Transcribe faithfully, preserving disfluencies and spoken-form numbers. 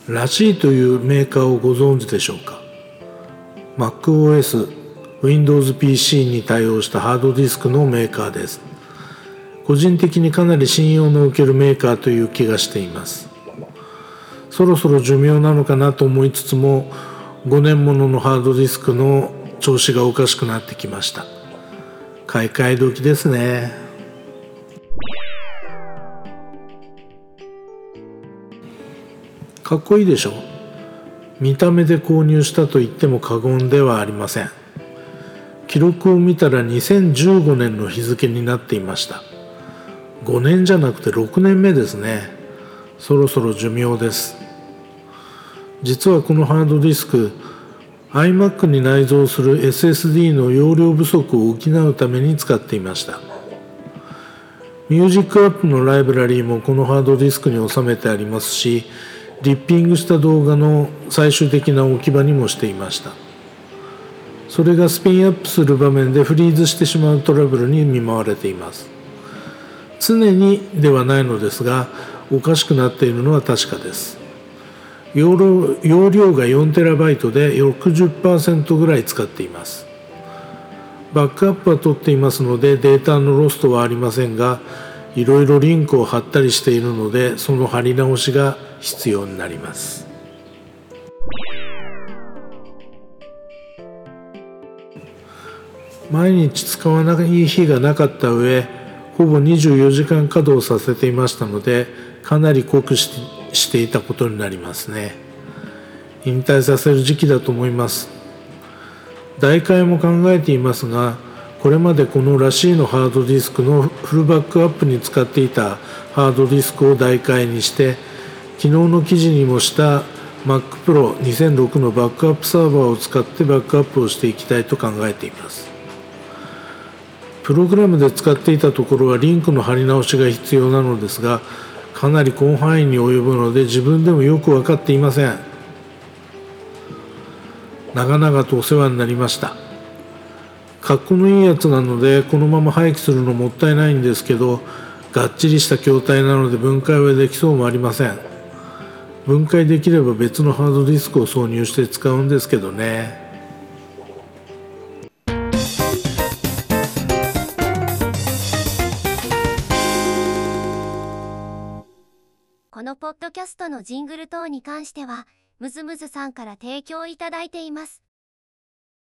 らしいというメーカーをご存知でしょうか。 MacOS、Windows ピーシー に対応したハードディスクのメーカーです。個人的にかなり信用のおけるメーカーという気がしています。そろそろ寿命なのかなと思いつつも、ごねんもののハードディスクの調子がおかしくなってきました。買い替え時ですね。かっこいいでしょ。見た目で購入したと言っても過言ではありません。記録を見たらにせんじゅうごねんの日付になっていました。ごねんじゃなくてろくねんめですね。そろそろ寿命です。実はこのハードディスク、 iMac に内蔵する エスエスディー の容量不足を補うために使っていました。ミュージックアップのライブラリーもこのハードディスクに収めてありますし、リッピングした動画の最終的な置き場にもしていました。それがスピンアップする場面でフリーズしてしまうトラブルに見舞われています。常にではないのですが、おかしくなっているのは確かです。容量、容量が よんテラバイト で ろくじゅっパーセント ぐらい使っています。バックアップは取っていますのでデータのロストはありませんが、いろいろリンクを貼ったりしているので、その貼り直しが必要になります。毎日使わない日がなかった上、ほぼにじゅうよじかん稼働させていましたので、かなり酷使していたことになりますね。引退させる時期だと思います。代替えも考えていますが、これまでこのらしいのハードディスクのフルバックアップに使っていたハードディスクを代替えにして、昨日の記事にもした Mac Pro にせんろくのバックアップサーバーを使ってバックアップをしていきたいと考えています。プログラムで使っていたところはリンクの貼り直しが必要なのですが、かなり広範囲に及ぶので自分でもよく分かっていません。長々とお世話になりました。かっこのいいやつなのでこのまま廃棄するのもったいないんですけど、がっちりした筐体なので分解はできそうもありません。分解できれば別のハードディスクを挿入して使うんですけどね。 このポッドキャストのジングル等に関してはムズムズさんから提供いただいています。